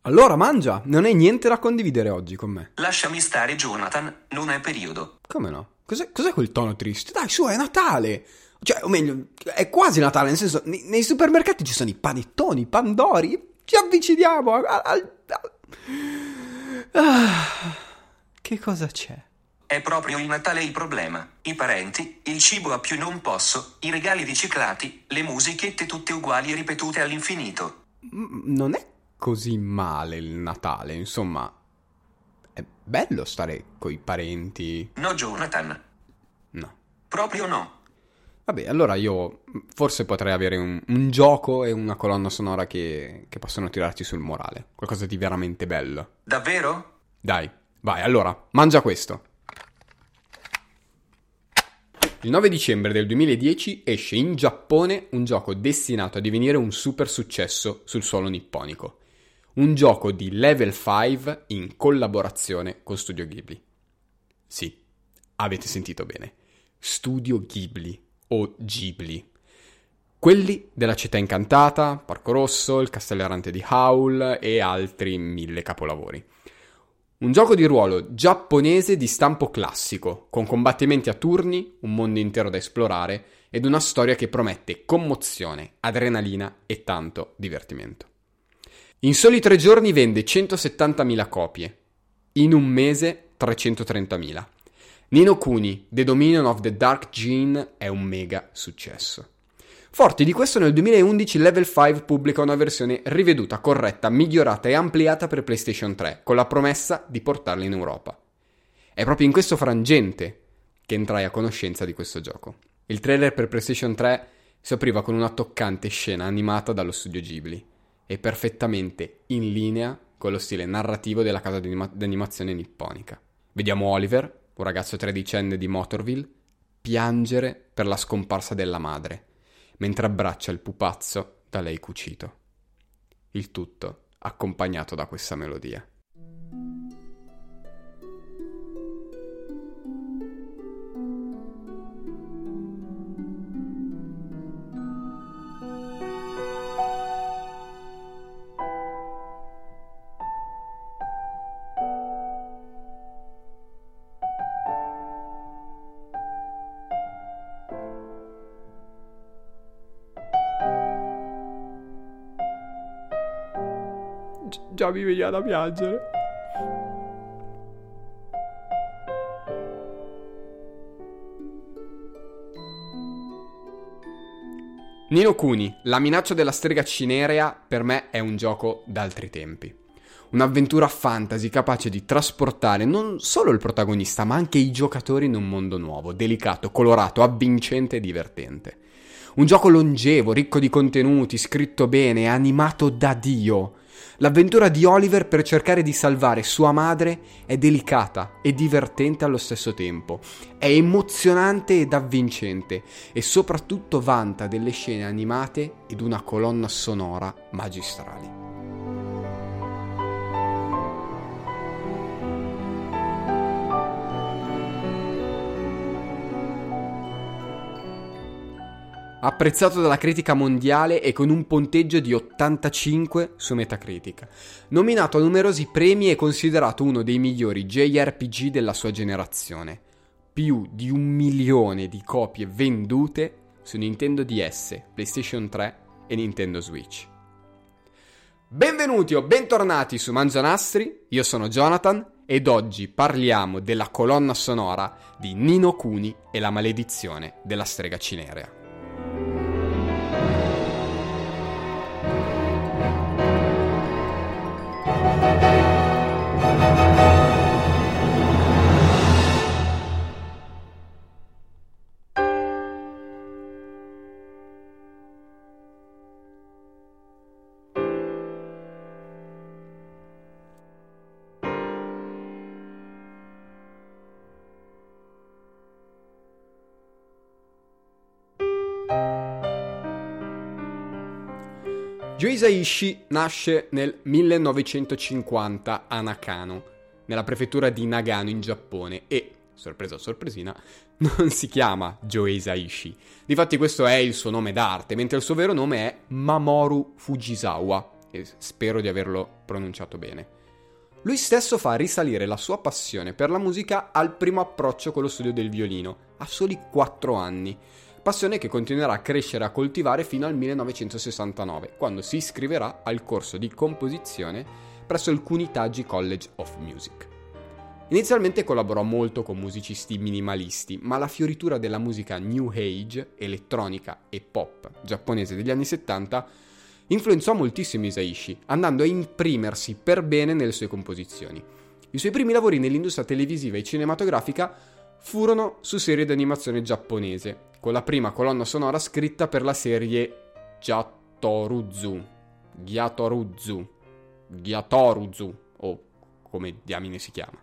Allora mangia, non hai niente da condividere oggi con me. Lasciami stare, Jonathan, non è periodo. Come no? Cos'è quel tono triste? Dai, su, è Natale! Cioè, o meglio, è quasi Natale, nel senso, nei supermercati ci sono i panettoni, i pandori, ci avviciniamo che cosa c'è? È proprio il Natale il problema. I parenti, il cibo a più non posso, i regali riciclati, le musichette tutte uguali e ripetute all'infinito. Non è così male il Natale, insomma, è bello stare coi parenti. No, Jonathan. No. Proprio no. Vabbè, allora io forse potrei avere un gioco e una colonna sonora che possono tirarti sul morale. Qualcosa di veramente bello. Davvero? Dai, vai, allora, mangia questo. Il 9 dicembre del 2010 esce in Giappone un gioco destinato a divenire un super successo sul suolo nipponico. Un gioco di Level 5 in collaborazione con Studio Ghibli. Sì, avete sentito bene. Studio Ghibli o Ghibli. Quelli della Città Incantata, Porco Rosso, Il Castello Errante di Howl e altri 1000 capolavori. Un gioco di ruolo giapponese di stampo classico, con combattimenti a turni, un mondo intero da esplorare ed una storia che promette commozione, adrenalina e tanto divertimento. In soli 3 giorni vende 170.000 copie, in un mese 330.000. Ni no Kuni, The Dominion of the Dark Gene è un mega successo. Forti di questo, nel 2011 Level 5 pubblica una versione riveduta, corretta, migliorata e ampliata per PlayStation 3, con la promessa di portarla in Europa. È proprio in questo frangente che entrai a conoscenza di questo gioco. Il trailer per PlayStation 3 si apriva con una toccante scena animata dallo studio Ghibli e perfettamente in linea con lo stile narrativo della casa d'animazione nipponica. Vediamo Oliver, un ragazzo tredicenne di Motorville, piangere per la scomparsa della madre, mentre abbraccia il pupazzo da lei cucito. Il tutto accompagnato da questa melodia. Già mi veniva da piangere. Ni no Kuni, la minaccia della strega cinerea, per me è un gioco d'altri tempi. Un'avventura fantasy capace di trasportare non solo il protagonista, ma anche i giocatori in un mondo nuovo, delicato, colorato, avvincente e divertente. Un gioco longevo, ricco di contenuti, scritto bene, animato da Dio. L'avventura di Oliver per cercare di salvare sua madre è delicata e divertente allo stesso tempo. È emozionante ed avvincente e soprattutto vanta delle scene animate ed una colonna sonora magistrali. Apprezzato dalla critica mondiale e con un punteggio di 85 su Metacritic. Nominato a numerosi premi e considerato uno dei migliori JRPG della sua generazione. Più di 1 milione di copie vendute su Nintendo DS, PlayStation 3 e Nintendo Switch. Benvenuti o bentornati su Mangianastri, io sono Jonathan ed oggi parliamo della colonna sonora di Ni no Kuni e la maledizione della strega cinerea. Joe Hisaishi nasce nel 1950 a Nakano, nella prefettura di Nagano in Giappone e, sorpresa sorpresina, non si chiama Joe Hisaishi. Difatti questo è il suo nome d'arte, mentre il suo vero nome è Mamoru Fujisawa, e spero di averlo pronunciato bene. Lui stesso fa risalire la sua passione per la musica al primo approccio con lo studio del violino, a soli 4 anni, passione che continuerà a crescere e a coltivare fino al 1969, quando si iscriverà al corso di composizione presso il Kunitagi College of Music. Inizialmente collaborò molto con musicisti minimalisti, ma la fioritura della musica New Age, elettronica e pop giapponese degli anni 70 influenzò moltissimo Hisaishi, andando a imprimersi per bene nelle sue composizioni. I suoi primi lavori nell'industria televisiva e cinematografica furono su serie d'animazione giapponese, con la prima colonna sonora scritta per la serie Gyatoruzu, o come diamine si chiama.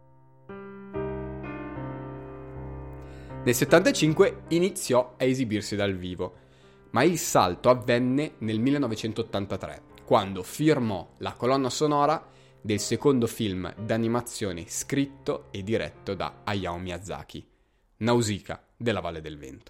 Nel 75 iniziò a esibirsi dal vivo, ma il salto avvenne nel 1983, quando firmò la colonna sonora del secondo film d'animazione scritto e diretto da Hayao Miyazaki, Nausicaa della Valle del Vento.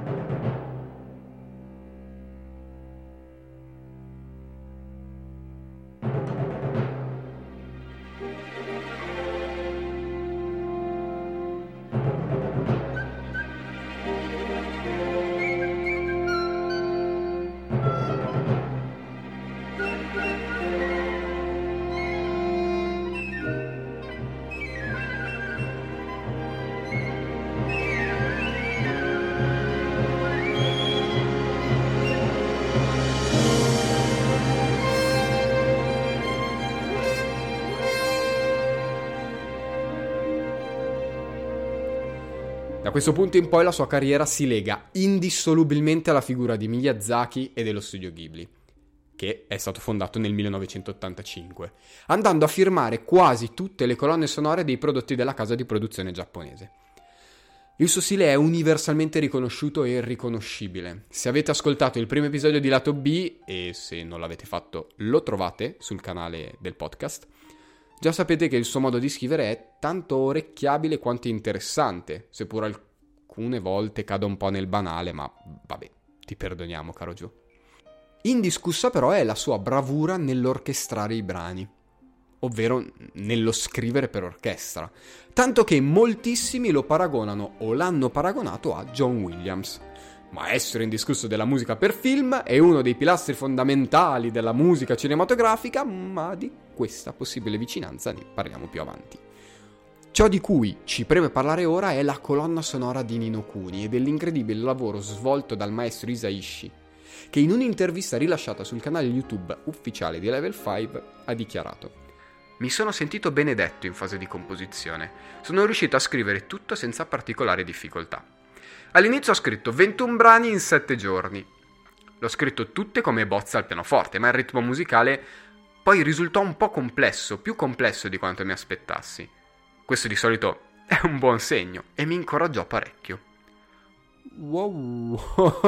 Da questo punto in poi la sua carriera si lega indissolubilmente alla figura di Miyazaki e dello studio Ghibli, che è stato fondato nel 1985, andando a firmare quasi tutte le colonne sonore dei prodotti della casa di produzione giapponese. Il suo stile è universalmente riconosciuto e irriconoscibile. Se avete ascoltato il primo episodio di Lato B, e se non l'avete fatto lo trovate sul canale del podcast, già sapete che il suo modo di scrivere è tanto orecchiabile quanto interessante, seppur alcune volte cade un po' nel banale, ma vabbè, ti perdoniamo, caro Gio. Indiscussa però è la sua bravura nell'orchestrare i brani, ovvero nello scrivere per orchestra, tanto che moltissimi lo paragonano o l'hanno paragonato a John Williams. Maestro indiscusso della musica per film e uno dei pilastri fondamentali della musica cinematografica, ma di questa possibile vicinanza ne parliamo più avanti. Ciò di cui ci preme parlare ora è la colonna sonora di Ni no Kuni e dell'incredibile lavoro svolto dal maestro Hisaishi, che in un'intervista rilasciata sul canale YouTube ufficiale di Level 5 ha dichiarato: "Mi sono sentito benedetto in fase di composizione. Sono riuscito a scrivere tutto senza particolari difficoltà. All'inizio ho scritto 21 brani in 7 giorni. L'ho scritto tutte come bozze al pianoforte, ma il ritmo musicale poi risultò un po' complesso, più complesso di quanto mi aspettassi. Questo di solito è un buon segno e mi incoraggiò parecchio." Wow,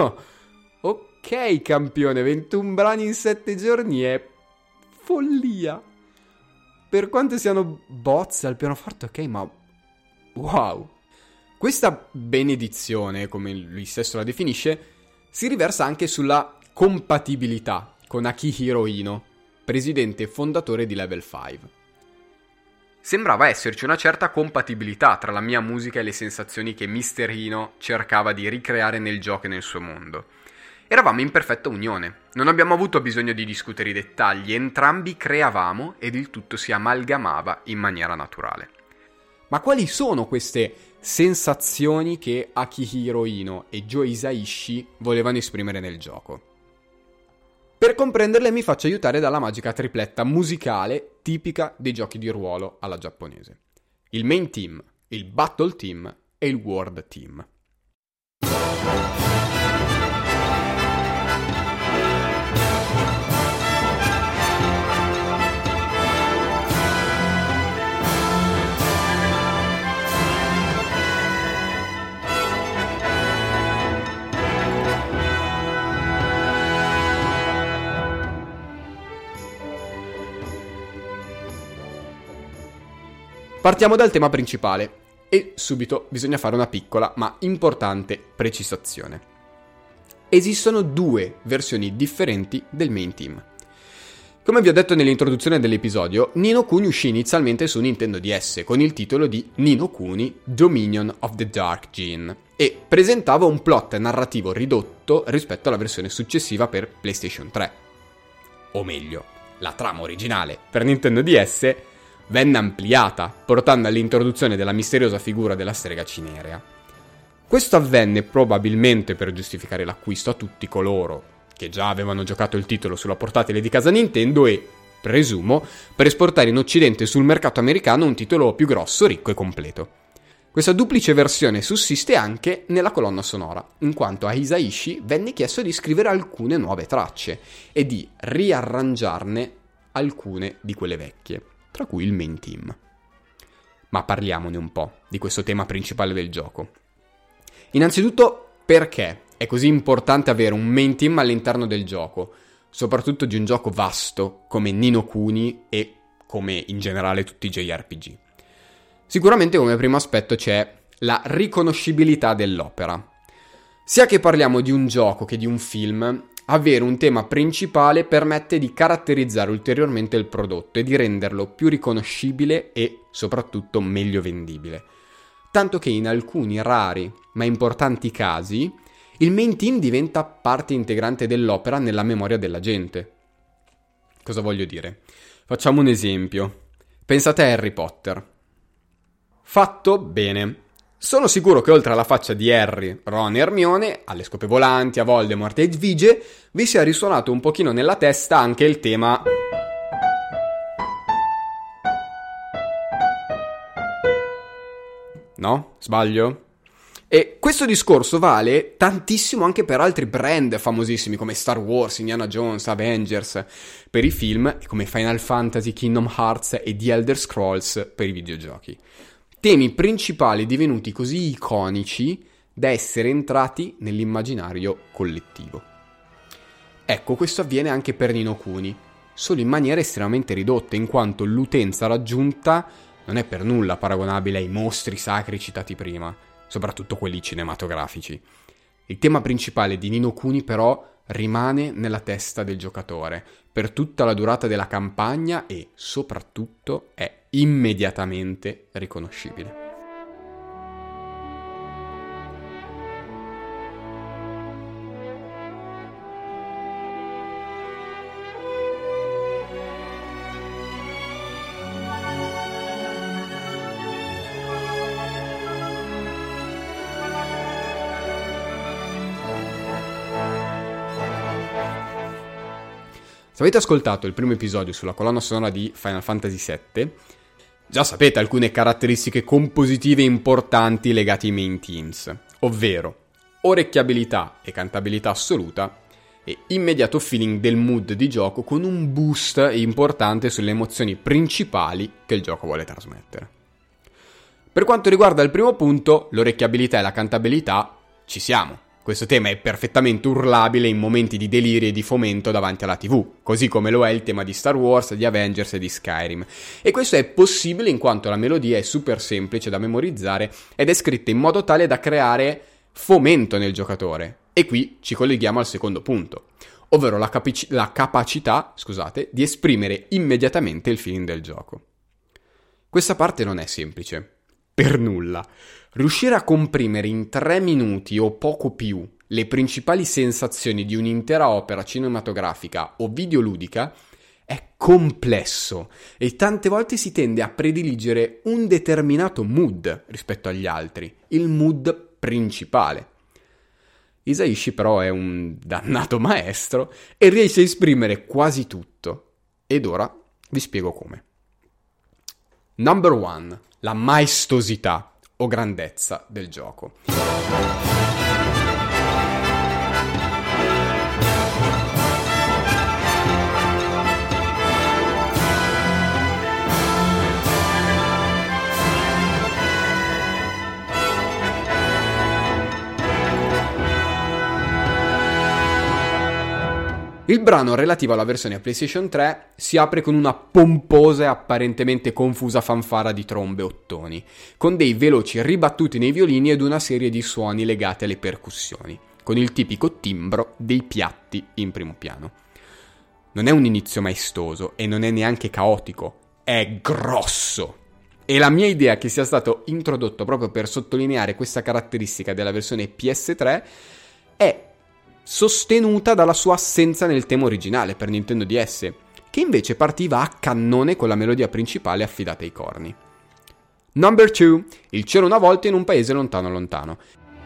ok campione, 21 brani in 7 giorni è follia. Per quanto siano bozze al pianoforte, ok, ma wow. Questa benedizione, come lui stesso la definisce, si riversa anche sulla compatibilità con Akihiro Ino, presidente e fondatore di Level 5. Sembrava esserci una certa compatibilità tra la mia musica e le sensazioni che Mr. Ino cercava di ricreare nel gioco e nel suo mondo. Eravamo in perfetta unione, non abbiamo avuto bisogno di discutere i dettagli, entrambi creavamo ed il tutto si amalgamava in maniera naturale. Ma quali sono queste sensazioni che Akihiro Ino e Joe Hisaishi volevano esprimere nel gioco? Per comprenderle mi faccio aiutare dalla magica tripletta musicale tipica dei giochi di ruolo alla giapponese: il main team, il battle team e il world team. Partiamo dal tema principale e subito bisogna fare una piccola ma importante precisazione. Esistono 2 versioni differenti del main team. Come vi ho detto nell'introduzione dell'episodio, Ni no Kuni uscì inizialmente su Nintendo DS con il titolo di Ni no Kuni Dominion of the Dark Gene e presentava un plot narrativo ridotto rispetto alla versione successiva per PlayStation 3. O meglio, la trama originale per Nintendo DS venne ampliata, portando all'introduzione della misteriosa figura della strega cinerea. Questo avvenne probabilmente per giustificare l'acquisto a tutti coloro che già avevano giocato il titolo sulla portatile di casa Nintendo e, presumo, per esportare in Occidente sul mercato americano un titolo più grosso, ricco e completo. Questa duplice versione sussiste anche nella colonna sonora, in quanto a Hisaishi venne chiesto di scrivere alcune nuove tracce e di riarrangiarne alcune di quelle vecchie, tra cui il main theme. Ma parliamone un po' di questo tema principale del gioco. Innanzitutto, perché è così importante avere un main team all'interno del gioco, soprattutto di un gioco vasto come Ni no Kuni e come in generale tutti i JRPG. Sicuramente come primo aspetto c'è la riconoscibilità dell'opera. Sia che parliamo di un gioco che di un film, avere un tema principale permette di caratterizzare ulteriormente il prodotto e di renderlo più riconoscibile e soprattutto meglio vendibile. Tanto che in alcuni rari ma importanti casi il main team diventa parte integrante dell'opera nella memoria della gente. Cosa voglio dire? Facciamo un esempio. Pensate a Harry Potter. Fatto bene. Sono sicuro che oltre alla faccia di Harry, Ron e Hermione, alle scope volanti, a Voldemort e Edvige, vi sia risuonato un pochino nella testa anche il tema... No? Sbaglio? E questo discorso vale tantissimo anche per altri brand famosissimi come Star Wars, Indiana Jones, Avengers per i film, come Final Fantasy, Kingdom Hearts e The Elder Scrolls per i videogiochi. Temi principali divenuti così iconici da essere entrati nell'immaginario collettivo. Ecco, questo avviene anche per Ni no Kuni, solo in maniera estremamente ridotta, in quanto l'utenza raggiunta non è per nulla paragonabile ai mostri sacri citati prima, soprattutto quelli cinematografici. Il tema principale di Ni no Kuni però rimane nella testa del giocatore per tutta la durata della campagna e soprattutto è immediatamente riconoscibile. Se avete ascoltato il primo episodio sulla colonna sonora di Final Fantasy VII, già sapete alcune caratteristiche compositive importanti legate ai main themes, ovvero orecchiabilità e cantabilità assoluta e immediato feeling del mood di gioco con un boost importante sulle emozioni principali che il gioco vuole trasmettere. Per quanto riguarda il primo punto, l'orecchiabilità e la cantabilità, ci siamo. Questo tema è perfettamente urlabile in momenti di delirio e di fomento davanti alla TV, così come lo è il tema di Star Wars, di Avengers e di Skyrim. E questo è possibile in quanto la melodia è super semplice da memorizzare ed è scritta in modo tale da creare fomento nel giocatore. E qui ci colleghiamo al secondo punto, ovvero la capacità di esprimere immediatamente il feeling del gioco. Questa parte non è semplice. Per nulla. Riuscire a comprimere in 3 minuti o poco più le principali sensazioni di un'intera opera cinematografica o videoludica è complesso e tante volte si tende a prediligere un determinato mood rispetto agli altri, il mood principale. Hisaishi però è un dannato maestro e riesce a esprimere quasi tutto. Ed ora vi spiego come. Number 1. La maestosità o grandezza del gioco. Il brano relativo alla versione PlayStation 3 si apre con una pomposa e apparentemente confusa fanfara di trombe e ottoni, con dei veloci ribattuti nei violini ed una serie di suoni legati alle percussioni, con il tipico timbro dei piatti in primo piano. non è un inizio maestoso e non è neanche caotico, è grosso. E la mia idea che sia stato introdotto proprio per sottolineare questa caratteristica della versione PS3 è sostenuta dalla sua assenza nel tema originale per Nintendo DS, che invece partiva a cannone con la melodia principale affidata ai corni. Number 2. Il c'era una volta in un paese lontano lontano.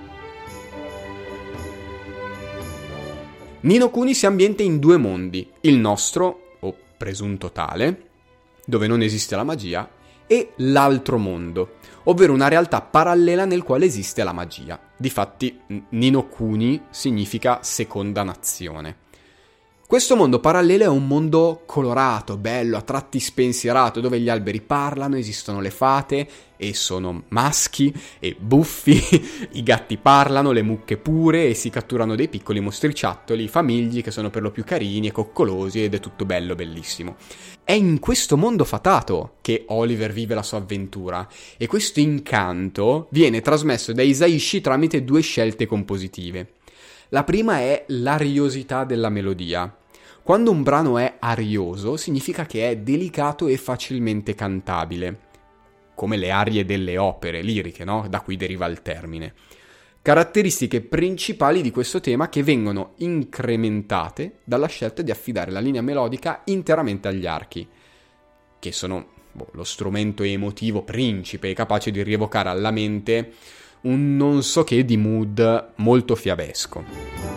Ni no Kuni si ambienta in due mondi, il nostro, o presunto tale, dove non esiste la magia, e l'altro mondo, ovvero una realtà parallela nel quale esiste la magia. Difatti, Ni no Kuni significa seconda nazione. Questo mondo parallelo è un mondo colorato, bello, a tratti spensierato, dove gli alberi parlano, esistono le fate e sono maschi e buffi, i gatti parlano, le mucche pure e si catturano dei piccoli mostriciattoli, famigli che sono per lo più carini e coccolosi ed è tutto bello, bellissimo. È in questo mondo fatato che Oliver vive la sua avventura e questo incanto viene trasmesso da Hisaishi tramite due scelte compositive. La prima è l'ariosità della melodia. Quando un brano è arioso, significa che è delicato e facilmente cantabile, come le arie delle opere liriche, no? Da cui deriva il termine. Caratteristiche principali di questo tema che vengono incrementate dalla scelta di affidare la linea melodica interamente agli archi, che sono lo strumento emotivo principe, capace di rievocare alla mente un non so che di mood molto fiabesco.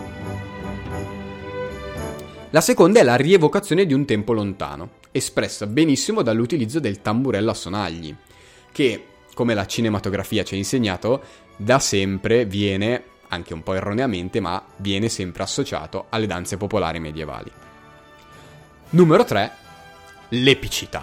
La seconda è la rievocazione di un tempo lontano, espressa benissimo dall'utilizzo del tamburello a sonagli, che, come la cinematografia ci ha insegnato, da sempre viene, anche un po' erroneamente, ma viene sempre associato alle danze popolari medievali. Numero 3. L'epicità.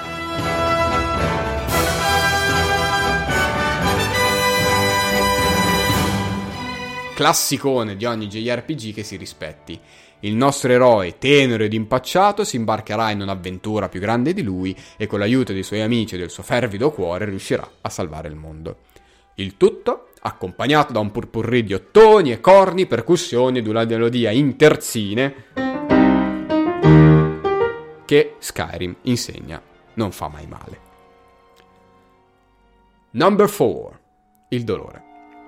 Classicone di ogni JRPG che si rispetti. Il nostro eroe, tenero ed impacciato, si imbarcherà in un'avventura più grande di lui e con l'aiuto dei suoi amici e del suo fervido cuore riuscirà a salvare il mondo. Il tutto accompagnato da un purpurri di ottoni e corni, percussioni ed una melodia in terzine che Skyrim insegna non fa mai male. Number 4. Il dolore.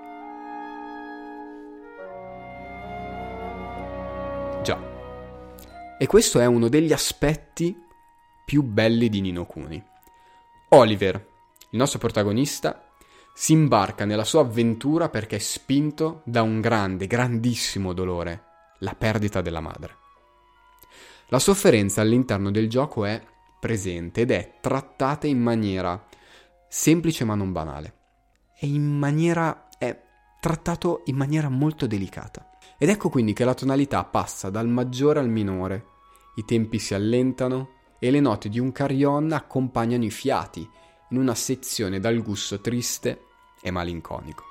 Già. E questo è uno degli aspetti più belli di Ni no Kuni. Oliver, il nostro protagonista, si imbarca nella sua avventura perché è spinto da un grande, grandissimo dolore, la perdita della madre. La sofferenza all'interno del gioco è presente ed è trattata in maniera semplice ma non banale. È trattato in maniera molto delicata. Ed ecco quindi che la tonalità passa dal maggiore al minore, i tempi si allentano e le note di un carillon accompagnano i fiati in una sezione dal gusto triste e malinconico.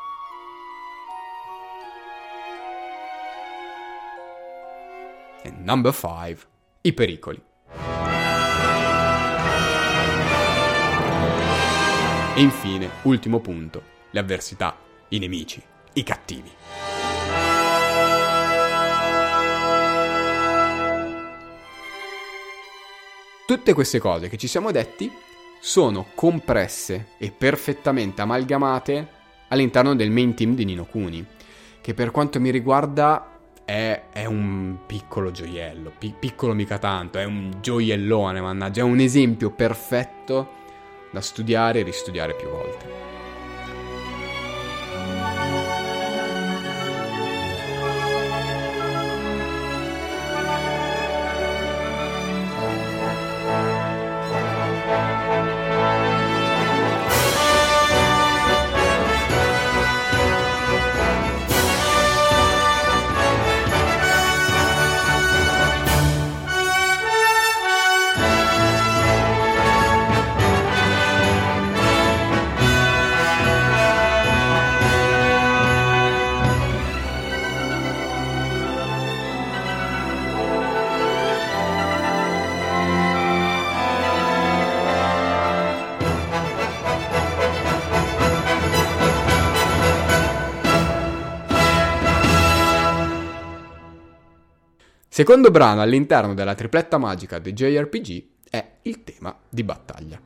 E number 5, i pericoli. E infine, ultimo punto, le avversità, i nemici, i cattivi. Tutte queste cose che ci siamo detti sono compresse e perfettamente amalgamate all'interno del main team di Ni no Kuni, che per quanto mi riguarda è un piccolo gioiello, piccolo mica tanto, è un gioiellone, mannaggia, è un esempio perfetto da studiare e ristudiare più volte. Secondo brano all'interno della tripletta magica dei JRPG è il tema di battaglia.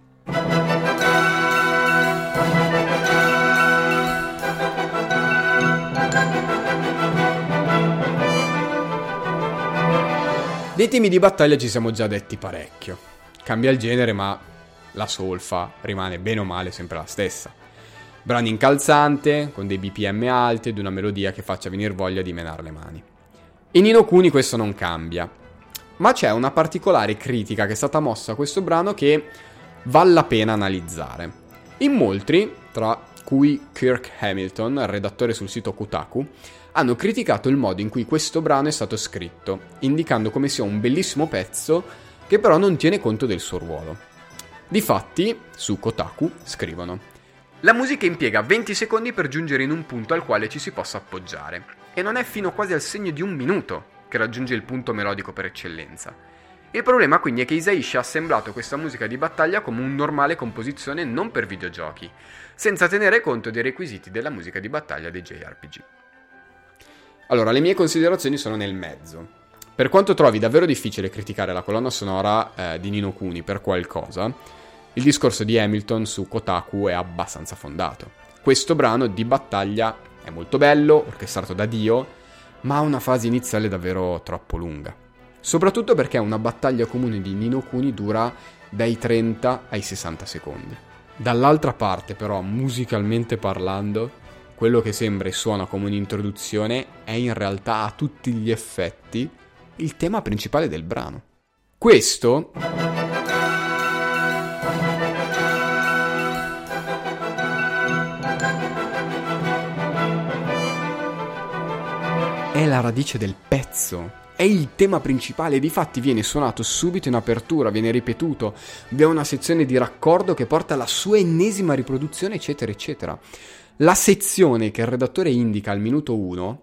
Dei temi di battaglia ci siamo già detti parecchio. Cambia il genere, ma la solfa rimane bene o male sempre la stessa. Brano incalzante, con dei BPM alti ed una melodia che faccia venire voglia di menare le mani. In Ni no Kuni questo non cambia, ma c'è una particolare critica che è stata mossa a questo brano che vale la pena analizzare. In molti, tra cui Kirk Hamilton, il redattore sul sito Kotaku, hanno criticato il modo in cui questo brano è stato scritto, indicando come sia un bellissimo pezzo che però non tiene conto del suo ruolo. Difatti, su Kotaku scrivono: la musica impiega 20 secondi per giungere in un punto al quale ci si possa appoggiare, e non è fino quasi al segno di 1 minuto che raggiunge il punto melodico per eccellenza. Il problema quindi è che Hisaishi ha assemblato questa musica di battaglia come un normale composizione non per videogiochi, senza tenere conto dei requisiti della musica di battaglia dei JRPG. Allora, le mie considerazioni sono nel mezzo. Per quanto trovi davvero difficile criticare la colonna sonora di Ni no Kuni per qualcosa, il discorso di Hamilton su Kotaku è abbastanza fondato. Questo brano di battaglia è molto bello, orchestrato da Dio, ma ha una fase iniziale davvero troppo lunga. Soprattutto perché una battaglia comune di Ni no Kuni dura dai 30 ai 60 secondi. Dall'altra parte, però, musicalmente parlando, quello che sembra e suona come un'introduzione è in realtà a tutti gli effetti il tema principale del brano. Questo è la radice del pezzo, è il tema principale, difatti viene suonato subito in apertura, viene ripetuto, vi è una sezione di raccordo che porta alla sua ennesima riproduzione, eccetera, eccetera. La sezione che il redattore indica al minuto 1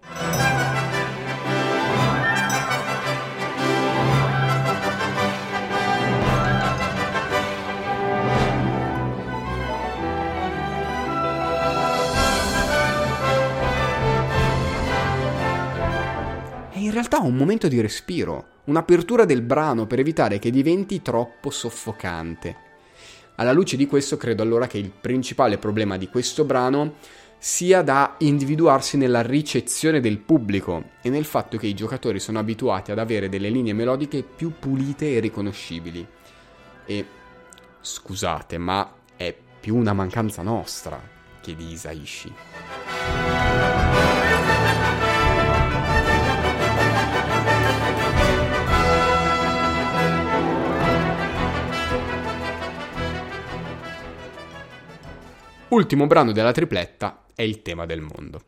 in realtà un momento di respiro, un'apertura del brano per evitare che diventi troppo soffocante. Alla luce di questo credo allora che il principale problema di questo brano sia da individuarsi nella ricezione del pubblico e nel fatto che i giocatori sono abituati ad avere delle linee melodiche più pulite e riconoscibili. E scusate, ma è più una mancanza nostra che di Hisaishi. Ultimo brano della tripletta è il tema del mondo.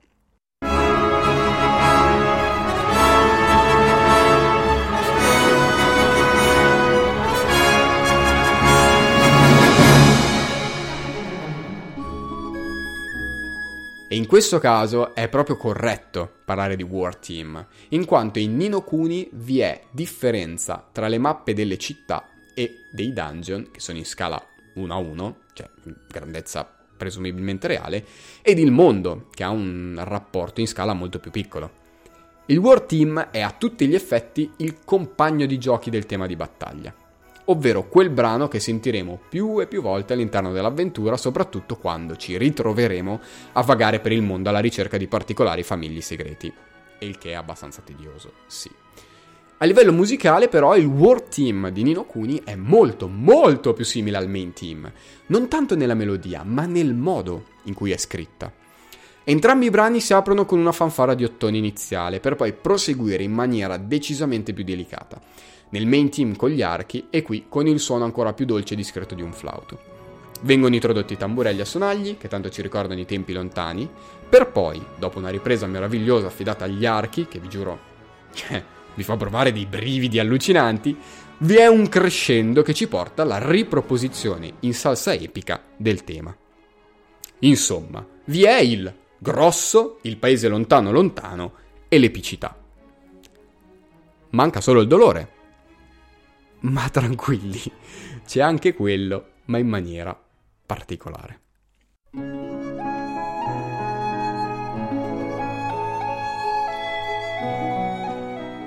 E in questo caso è proprio corretto parlare di War Team, in quanto in Ni no Kuni vi è differenza tra le mappe delle città e dei dungeon, che sono in scala 1 a 1, cioè grandezza presumibilmente reale, ed il mondo, che ha un rapporto in scala molto più piccolo. Il War Team è a tutti gli effetti il compagno di giochi del tema di battaglia, ovvero quel brano che sentiremo più e più volte all'interno dell'avventura, soprattutto quando ci ritroveremo a vagare per il mondo alla ricerca di particolari famigli segreti, e il che è abbastanza tedioso, sì. A livello musicale però il War Team di Ni no Kuni è molto molto più simile al Main Team, non tanto nella melodia ma nel modo in cui è scritta. Entrambi i brani si aprono con una fanfara di ottoni iniziale per poi proseguire in maniera decisamente più delicata, nel Main Team con gli archi e qui con il suono ancora più dolce e discreto di un flauto. Vengono introdotti tamburelli a sonagli, che tanto ci ricordano i tempi lontani, per poi, dopo una ripresa meravigliosa affidata agli archi, che vi giuro vi fa provare dei brividi allucinanti, vi è un crescendo che ci porta alla riproposizione in salsa epica del tema. Insomma, vi è il grosso, il paese lontano lontano e l'epicità. Manca solo il dolore. Ma tranquilli, c'è anche quello, ma in maniera particolare.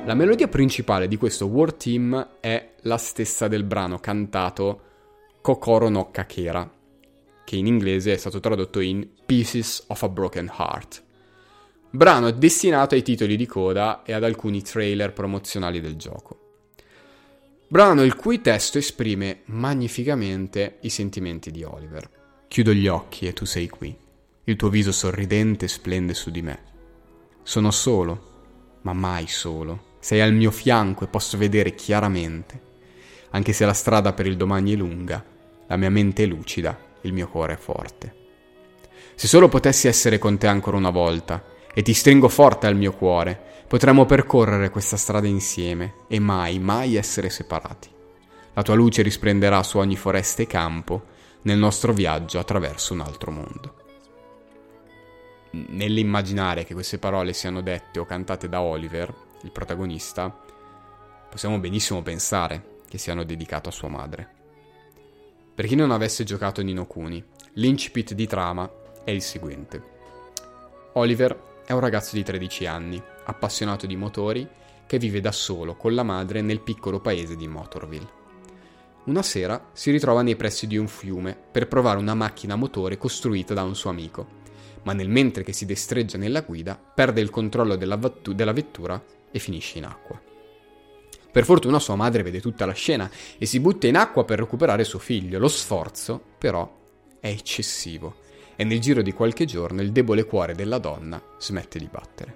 La melodia principale di questo War Team è la stessa del brano cantato Kokoro no Kakera, che in inglese è stato tradotto in Pieces of a Broken Heart. Brano destinato ai titoli di coda e ad alcuni trailer promozionali del gioco. Brano il cui testo esprime magnificamente i sentimenti di Oliver. Chiudo gli occhi e tu sei qui. Il tuo viso sorridente splende su di me. Sono solo, ma mai solo. Sei al mio fianco e posso vedere chiaramente. Anche se la strada per il domani è lunga, la mia mente è lucida, il mio cuore è forte. Se solo potessi essere con te ancora una volta, e ti stringo forte al mio cuore, potremmo percorrere questa strada insieme e mai, mai essere separati. La tua luce risplenderà su ogni foresta e campo nel nostro viaggio attraverso un altro mondo. Nell'immaginare che queste parole siano dette o cantate da Oliver, il protagonista, possiamo benissimo pensare che siano dedicate a sua madre. Per chi non avesse giocato Ni no Kuni, l'incipit di trama è il seguente. Oliver è un ragazzo di 13 anni, appassionato di motori, che vive da solo con la madre nel piccolo paese di Motorville. Una sera si ritrova nei pressi di un fiume per provare una macchina a motore costruita da un suo amico, ma nel mentre che si destreggia nella guida perde il controllo della vettura e finisce in acqua. Per fortuna sua madre vede tutta la scena e si butta in acqua per recuperare suo figlio. Lo sforzo, però, è eccessivo e nel giro di qualche giorno il debole cuore della donna smette di battere.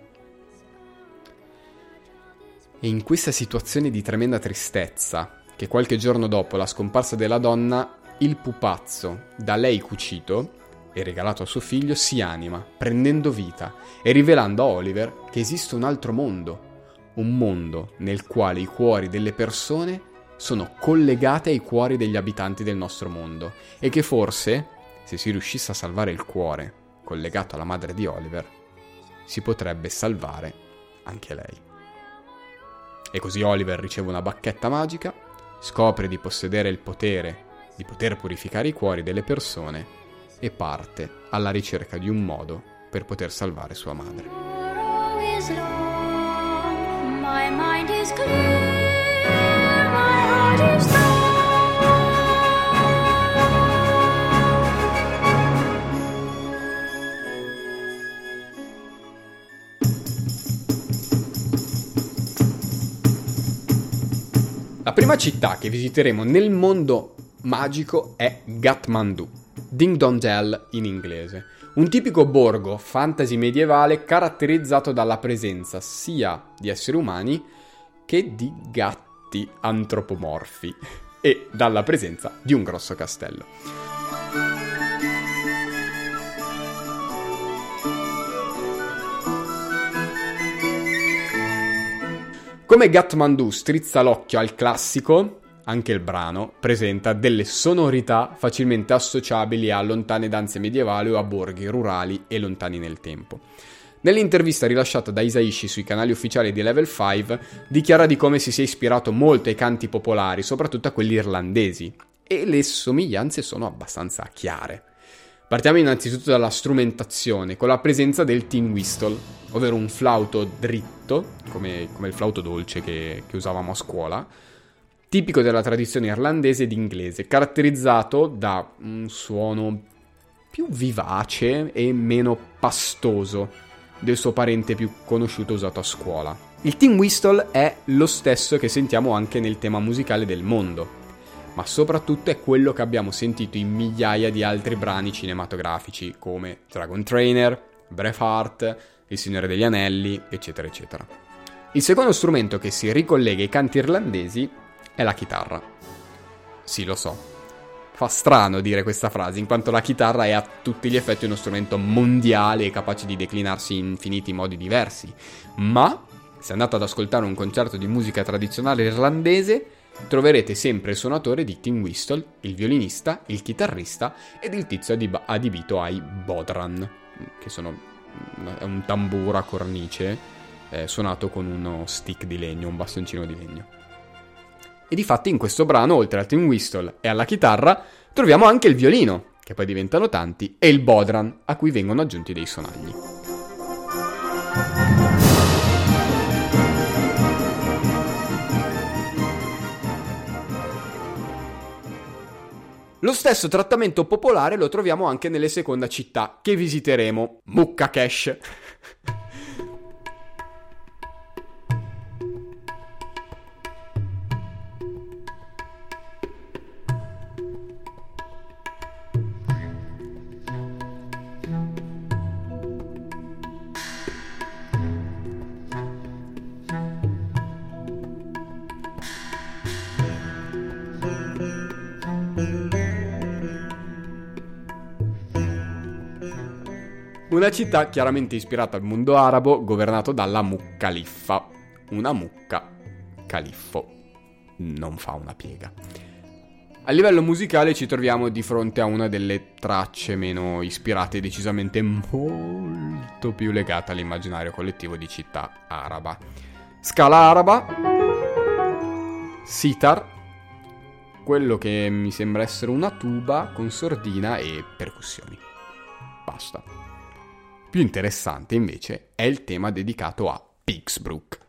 E in questa situazione di tremenda tristezza, che qualche giorno dopo la scomparsa della donna, il pupazzo da lei cucito e regalato a suo figlio si anima, prendendo vita e rivelando a Oliver che esiste un altro mondo, un mondo nel quale i cuori delle persone sono collegati ai cuori degli abitanti del nostro mondo e che forse, se si riuscisse a salvare il cuore collegato alla madre di Oliver, si potrebbe salvare anche lei. E così Oliver riceve una bacchetta magica, scopre di possedere il potere di poter purificare i cuori delle persone e parte alla ricerca di un modo per poter salvare sua madre. La prima città che visiteremo nel mondo magico è Kathmandu, Ding Dong Dell in inglese, un tipico borgo fantasy medievale caratterizzato dalla presenza sia di esseri umani che di gatti antropomorfi e dalla presenza di un grosso castello. Come Kathmandu strizza l'occhio al classico, anche il brano presenta delle sonorità facilmente associabili a lontane danze medievali o a borghi rurali e lontani nel tempo. Nell'intervista rilasciata da Hisaishi sui canali ufficiali di Level 5, dichiara di come si sia ispirato molto ai canti popolari, soprattutto a quelli irlandesi, e le somiglianze sono abbastanza chiare. Partiamo innanzitutto dalla strumentazione, con la presenza del tin whistle, ovvero un flauto dritto, come il flauto dolce che usavamo a scuola, tipico della tradizione irlandese ed inglese, caratterizzato da un suono più vivace e meno pastoso del suo parente più conosciuto usato a scuola. Il tin whistle è lo stesso che sentiamo anche nel tema musicale del mondo, ma soprattutto è quello che abbiamo sentito in migliaia di altri brani cinematografici come Dragon Trainer, Braveheart, Il Signore degli Anelli, eccetera eccetera. Il secondo strumento che si ricollega ai canti irlandesi è la chitarra. Sì, lo so, fa strano dire questa frase, in quanto la chitarra è a tutti gli effetti uno strumento mondiale e capace di declinarsi in infiniti modi diversi, ma se andate ad ascoltare un concerto di musica tradizionale irlandese troverete sempre il suonatore di tin whistle, il violinista, il chitarrista ed il tizio adibito ai bodhran, che è un tamburo a cornice suonato con uno stick di legno, un bastoncino di legno. E difatti in questo brano, oltre al tin whistle e alla chitarra, troviamo anche il violino, che poi diventano tanti, e il bodhran, a cui vengono aggiunti dei sonagli. Lo stesso trattamento popolare lo troviamo anche nelle seconde città che visiteremo, Marrakesh. Una città chiaramente ispirata al mondo arabo, governato dalla Mucaliffa. Una mucca, califfo, non fa una piega. A livello musicale ci troviamo di fronte a una delle tracce meno ispirate e decisamente molto più legata all'immaginario collettivo di città araba. Scala araba, sitar, quello che mi sembra essere una tuba con sordina e percussioni. Basta. Più interessante invece è il tema dedicato a Pixbrook.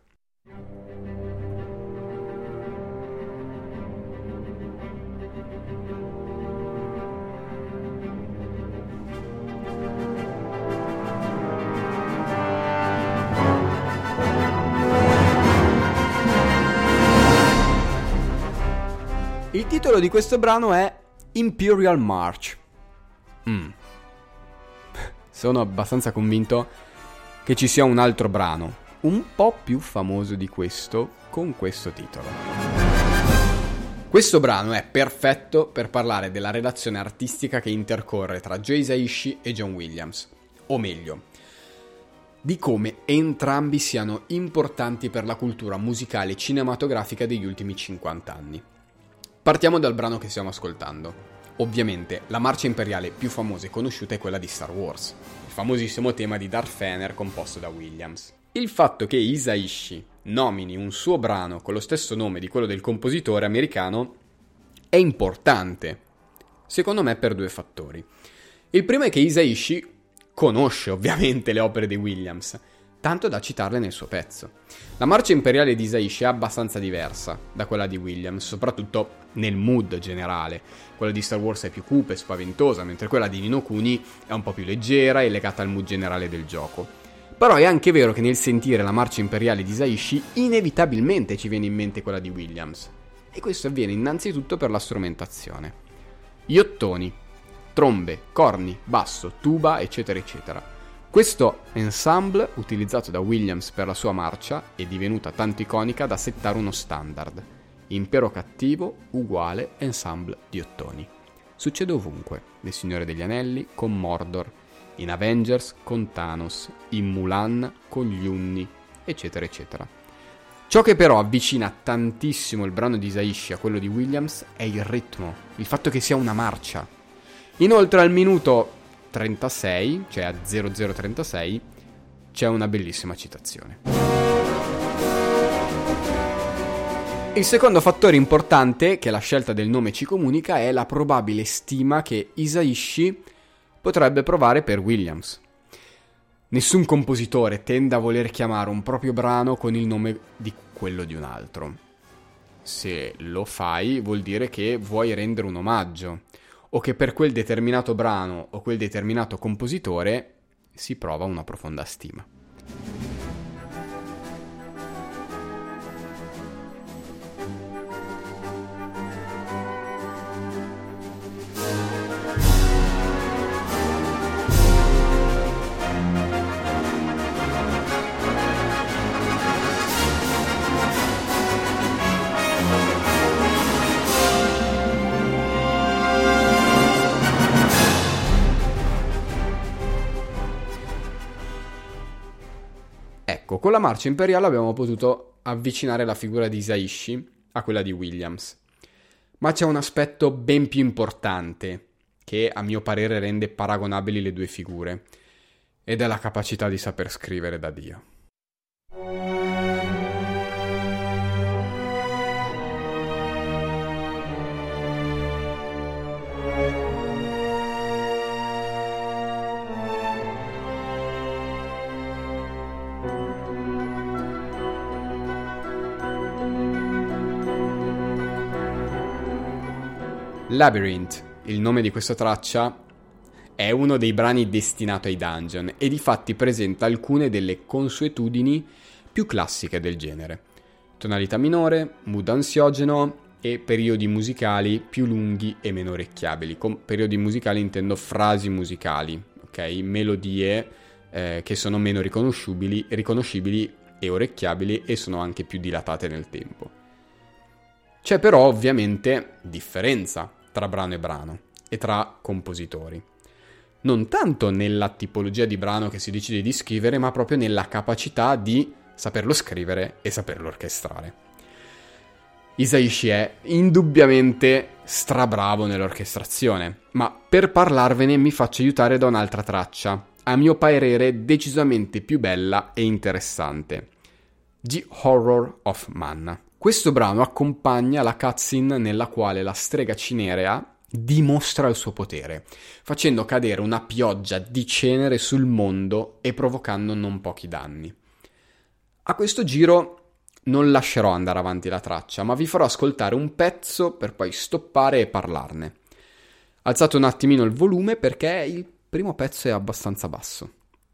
Il titolo di questo brano è Imperial March. Sono abbastanza convinto che ci sia un altro brano, un po' più famoso di questo, con questo titolo. Questo brano è perfetto per parlare della relazione artistica che intercorre tra Joe Hisaishi e John Williams, o meglio, di come entrambi siano importanti per la cultura musicale e cinematografica degli ultimi 50 anni. Partiamo dal brano che stiamo ascoltando. Ovviamente la marcia imperiale più famosa e conosciuta è quella di Star Wars, il famosissimo tema di Darth Vader composto da Williams. Il fatto che Hisaishi nomini un suo brano con lo stesso nome di quello del compositore americano è importante, secondo me per due fattori. Il primo è che Hisaishi conosce ovviamente le opere di Williams, tanto da citarle nel suo pezzo. La marcia imperiale di Hisaishi è abbastanza diversa da quella di Williams, soprattutto nel mood generale. Quella di Star Wars è più cupa e spaventosa, mentre quella di Ni no Kuni è un po' più leggera e legata al mood generale del gioco. Però è anche vero che nel sentire la marcia imperiale di Hisaishi inevitabilmente ci viene in mente quella di Williams, e questo avviene innanzitutto per la strumentazione. Gli ottoni, trombe, corni, basso, tuba, eccetera eccetera. Questo ensemble, utilizzato da Williams per la sua marcia, è divenuta tanto iconica da settare uno standard. Impero cattivo uguale ensemble di ottoni. Succede ovunque, nel Signore degli Anelli con Mordor, in Avengers con Thanos, in Mulan con gli Unni, eccetera eccetera. Ciò che però avvicina tantissimo il brano di Hisaishi a quello di Williams è il ritmo, il fatto che sia una marcia. Inoltre al minuto 36, cioè a 0036, c'è una bellissima citazione. Il secondo fattore importante che la scelta del nome ci comunica è la probabile stima che Hisaishi potrebbe provare per Williams. Nessun compositore tende a voler chiamare un proprio brano con il nome di quello di un altro. Se lo fai vuol dire che vuoi rendere un omaggio, o che per quel determinato brano o quel determinato compositore si prova una profonda stima. Con la marcia imperiale abbiamo potuto avvicinare la figura di Hisaishi a quella di Williams. Ma c'è un aspetto ben più importante che a mio parere rende paragonabili le due figure, ed è la capacità di saper scrivere da Dio. Labyrinth, il nome di questa traccia, è uno dei brani destinato ai dungeon e difatti presenta alcune delle consuetudini più classiche del genere. Tonalità minore, mood ansiogeno e periodi musicali più lunghi e meno orecchiabili. Con periodi musicali intendo frasi musicali, ok? Melodie che sono meno riconoscibili e orecchiabili e sono anche più dilatate nel tempo. C'è però ovviamente differenza tra brano e brano e tra compositori. Non tanto nella tipologia di brano che si decide di scrivere, ma proprio nella capacità di saperlo scrivere e saperlo orchestrare. Hisaishi è indubbiamente strabravo nell'orchestrazione, ma per parlarvene mi faccio aiutare da un'altra traccia, a mio parere decisamente più bella e interessante. The Horror of Manna. Questo brano accompagna la cutscene nella quale la strega cinerea dimostra il suo potere, facendo cadere una pioggia di cenere sul mondo e provocando non pochi danni. A questo giro non lascerò andare avanti la traccia, ma vi farò ascoltare un pezzo per poi stoppare e parlarne. Alzate un attimino il volume perché il primo pezzo è abbastanza basso.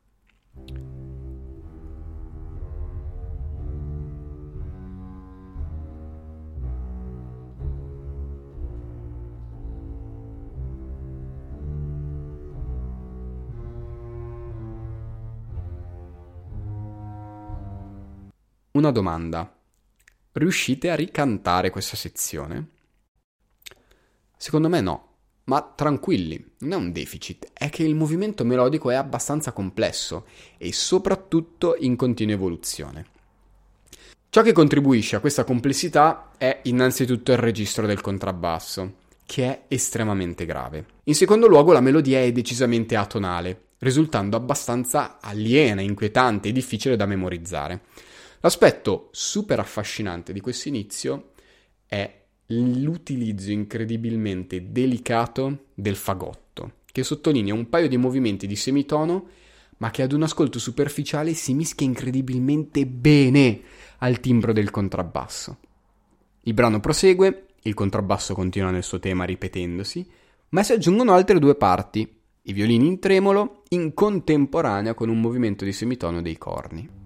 Una domanda. Riuscite a ricantare questa sezione? Secondo me no, ma tranquilli, non è un deficit, è che il movimento melodico è abbastanza complesso e soprattutto in continua evoluzione. Ciò che contribuisce a questa complessità è innanzitutto il registro del contrabbasso, che è estremamente grave. In secondo luogo la melodia è decisamente atonale, risultando abbastanza aliena, inquietante e difficile da memorizzare. L'aspetto super affascinante di questo inizio è l'utilizzo incredibilmente delicato del fagotto, che sottolinea un paio di movimenti di semitono, ma che ad un ascolto superficiale si mischia incredibilmente bene al timbro del contrabbasso. Il brano prosegue, il contrabbasso continua nel suo tema ripetendosi, ma si aggiungono altre due parti, i violini in tremolo, in contemporanea con un movimento di semitono dei corni.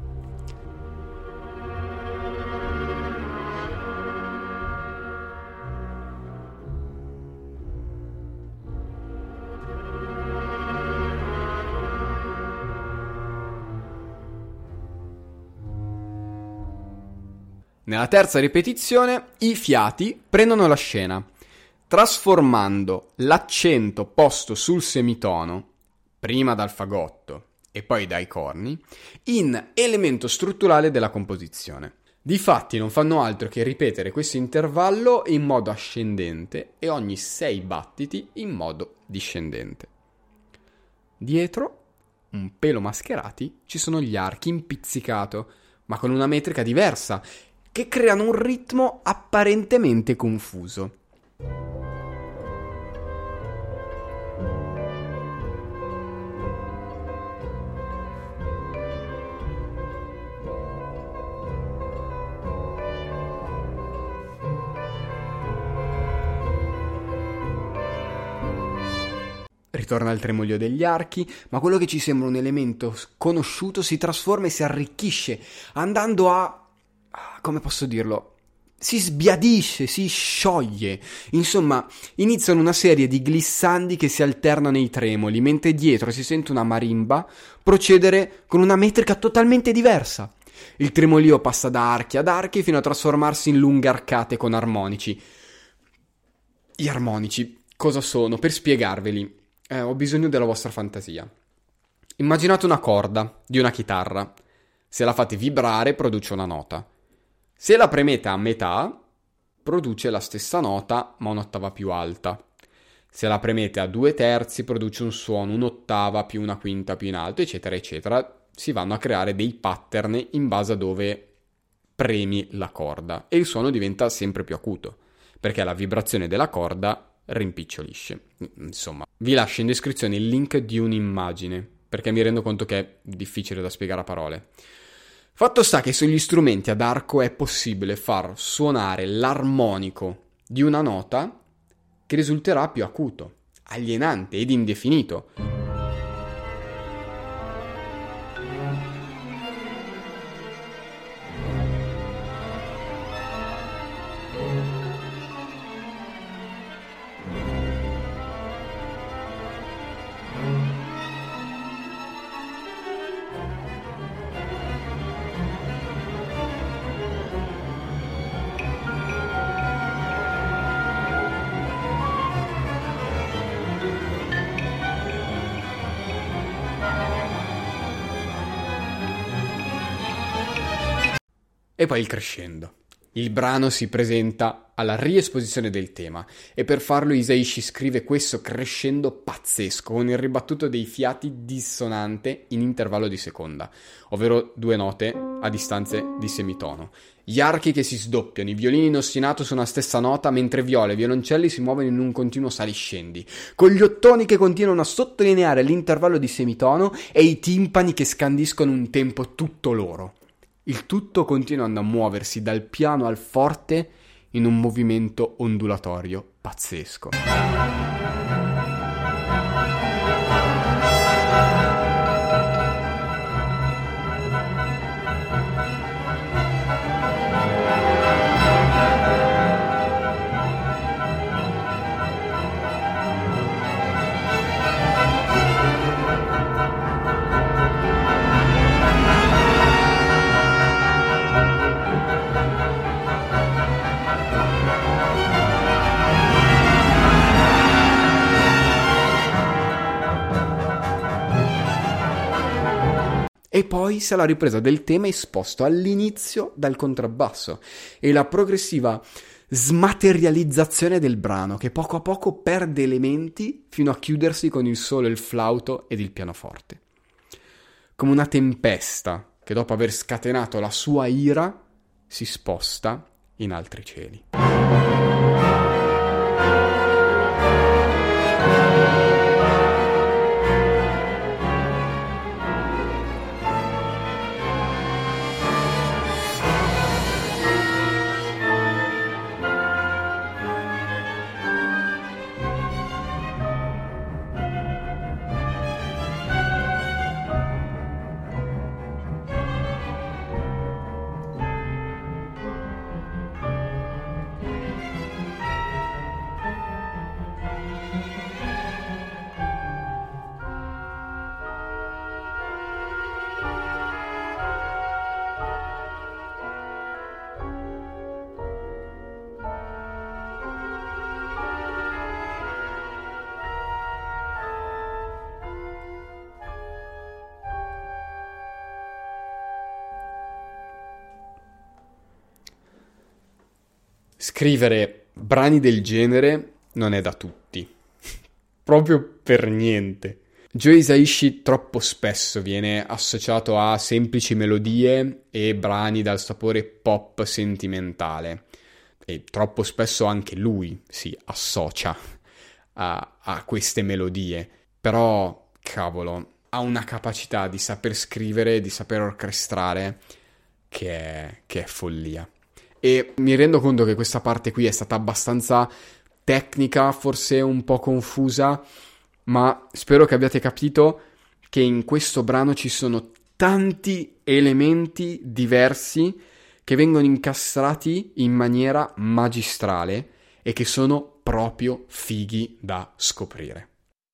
Nella terza ripetizione i fiati prendono la scena, trasformando l'accento posto sul semitono, prima dal fagotto e poi dai corni, in elemento strutturale della composizione. Difatti non fanno altro che ripetere questo intervallo in modo ascendente e ogni 6 battiti in modo discendente. Dietro, un pelo mascherati, ci sono gli archi in pizzicato, ma con una metrica diversa, che creano un ritmo apparentemente confuso. Ritorna il tremolio degli archi, ma quello che ci sembra un elemento sconosciuto si trasforma e si arricchisce, andando a... come posso dirlo? Si sbiadisce, si scioglie. Insomma, iniziano una serie di glissandi che si alternano ai tremoli, mentre dietro si sente una marimba procedere con una metrica totalmente diversa. Il tremolio passa da archi ad archi fino a trasformarsi in lunghe arcate con armonici. Gli armonici cosa sono? Per spiegarveli, ho bisogno della vostra fantasia. Immaginate una corda di una chitarra. Se la fate vibrare, produce una nota. Se la premete a metà, produce la stessa nota, ma un'ottava più alta. Se la premete a 2/3, produce un suono, un'ottava più una quinta più in alto, eccetera, eccetera. Si vanno a creare dei pattern in base a dove premi la corda. E il suono diventa sempre più acuto, perché la vibrazione della corda rimpicciolisce. Insomma, vi lascio in descrizione il link di un'immagine, perché mi rendo conto che è difficile da spiegare a parole. Fatto sta che sugli strumenti ad arco è possibile far suonare l'armonico di una nota che risulterà più acuto, alienante ed indefinito. E poi il crescendo. Il brano si presenta alla riesposizione del tema e per farlo Hisaishi scrive questo crescendo pazzesco con il ribattuto dei fiati dissonante in intervallo di seconda, ovvero 2 note a distanze di semitono. Gli archi che si sdoppiano, i violini in ostinato su una stessa nota, mentre viola e violoncelli si muovono in un continuo saliscendi, con gli ottoni che continuano a sottolineare l'intervallo di semitono e i timpani che scandiscono un tempo tutto loro. Il tutto continuando a muoversi dal piano al forte in un movimento ondulatorio pazzesco. E poi se la ripresa del tema esposto all'inizio dal contrabbasso e la progressiva smaterializzazione del brano che poco a poco perde elementi fino a chiudersi con il solo, il flauto ed il pianoforte. Come una tempesta che dopo aver scatenato la sua ira si sposta in altri cieli. Scrivere brani del genere non è da tutti, proprio per niente. Joe Hisaishi troppo spesso viene associato a semplici melodie e brani dal sapore pop sentimentale e troppo spesso anche lui si associa a queste melodie, però cavolo, ha una capacità di saper scrivere, di saper orchestrare che è follia. E mi rendo conto che questa parte qui è stata abbastanza tecnica, forse un po' confusa, ma spero che abbiate capito che in questo brano ci sono tanti elementi diversi che vengono incastrati in maniera magistrale e che sono proprio fighi da scoprire.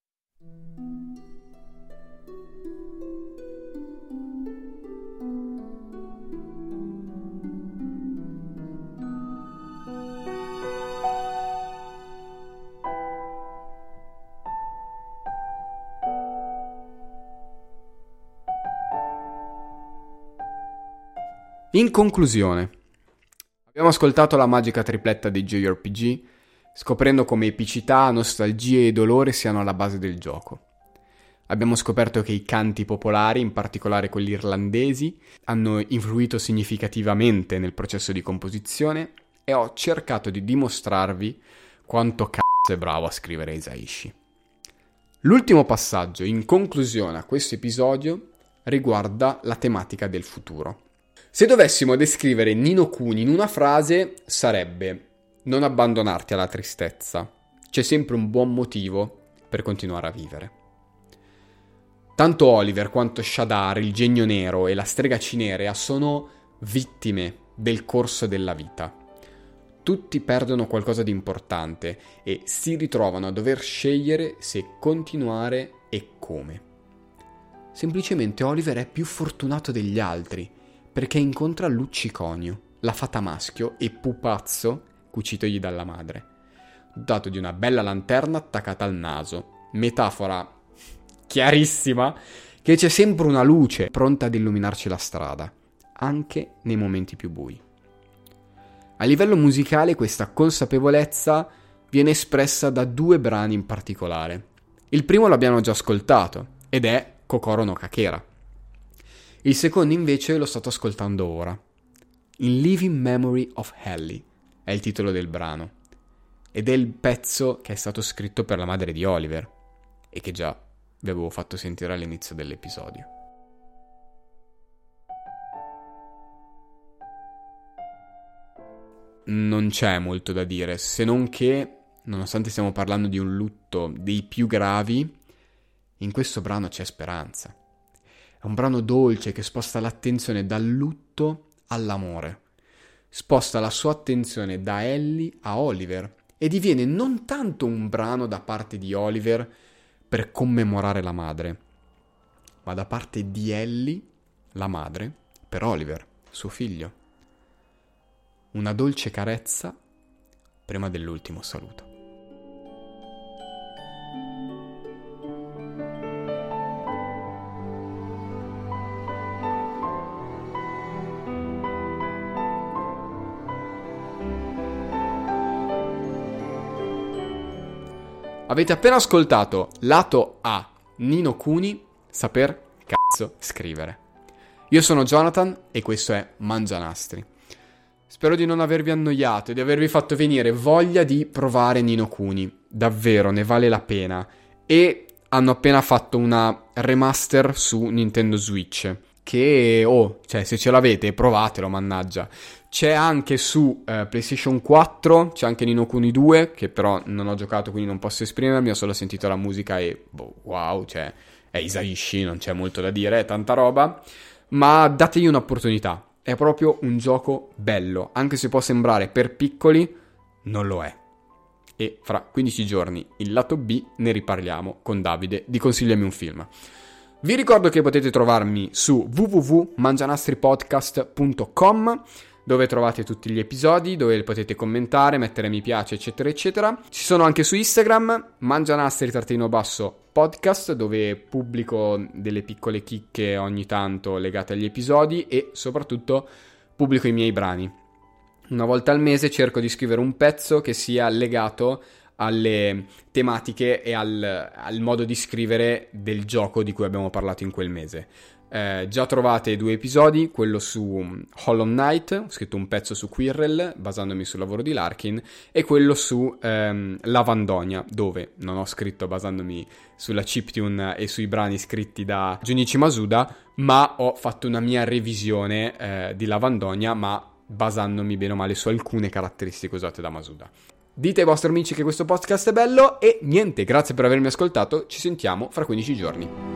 In conclusione, abbiamo ascoltato la magica tripletta dei JRPG, scoprendo come epicità, nostalgia e dolore siano alla base del gioco. Abbiamo scoperto che i canti popolari, in particolare quelli irlandesi, hanno influito significativamente nel processo di composizione e ho cercato di dimostrarvi quanto è bravo a scrivere Hisaishi. L'ultimo passaggio, in conclusione a questo episodio, riguarda la tematica del futuro. Se dovessimo descrivere Ni no Kuni in una frase, sarebbe: non abbandonarti alla tristezza, c'è sempre un buon motivo per continuare a vivere. Tanto Oliver quanto Shadar, il genio nero e la strega cinerea sono vittime del corso della vita. Tutti perdono qualcosa di importante e si ritrovano a dover scegliere se continuare e come. Semplicemente Oliver è più fortunato degli altri perché incontra Lucciconio, la fata maschio e pupazzo cucitogli dalla madre, dotato di una bella lanterna attaccata al naso, metafora chiarissima che c'è sempre una luce pronta ad illuminarci la strada, anche nei momenti più bui. A livello musicale questa consapevolezza viene espressa da 2 brani in particolare. Il primo l'abbiamo già ascoltato ed è Kokoro no Kakera. Il secondo invece lo sto ascoltando ora. In Living Memory of Ellie è il titolo del brano ed è il pezzo che è stato scritto per la madre di Oliver e che già vi avevo fatto sentire all'inizio dell'episodio. Non c'è molto da dire, se non che, nonostante stiamo parlando di un lutto dei più gravi, in questo brano c'è speranza. È un brano dolce che sposta l'attenzione dal lutto all'amore. Sposta la sua attenzione da Ellie a Oliver e diviene non tanto un brano da parte di Oliver per commemorare la madre, ma da parte di Ellie, la madre, per Oliver, suo figlio. Una dolce carezza prima dell'ultimo saluto. Avete appena ascoltato lato A, Ni no Kuni, saper cazzo scrivere. Io sono Jonathan e questo è Mangianastri. Spero di non avervi annoiato e di avervi fatto venire voglia di provare Ni no Kuni. Davvero, ne vale la pena. E hanno appena fatto una remaster su Nintendo Switch. Che, cioè, se ce l'avete, provatelo, mannaggia. C'è anche su PlayStation 4, c'è anche Ni no Kuni 2, che però non ho giocato, quindi non posso esprimermi, ho solo sentito la musica e, wow, cioè, è Isaishi, non c'è molto da dire, è tanta roba. Ma dategli un'opportunità. È proprio un gioco bello, anche se può sembrare per piccoli, non lo è. E fra 15 giorni, il lato B, ne riparliamo con Davide di Consigliami un film. Vi ricordo che potete trovarmi su www.mangianastripodcast.com, dove trovate tutti gli episodi, dove potete commentare, mettere mi piace, eccetera, eccetera. Ci sono anche su Instagram, mangianastri_podcast, dove pubblico delle piccole chicche ogni tanto legate agli episodi e soprattutto pubblico i miei brani. Una volta al mese cerco di scrivere un pezzo che sia legato alle tematiche e al modo di scrivere del gioco di cui abbiamo parlato in quel mese. Già trovate 2 episodi, quello su Hollow Knight, ho scritto un pezzo su Quirrell basandomi sul lavoro di Larkin, e quello su Lavandonia, dove non ho scritto basandomi sulla chiptune e sui brani scritti da Junichi Masuda, ma ho fatto una mia revisione di Lavandonia, ma basandomi bene o male su alcune caratteristiche usate da Masuda. Dite ai vostri amici che questo podcast è bello e niente, grazie per avermi ascoltato, ci sentiamo fra 15 giorni.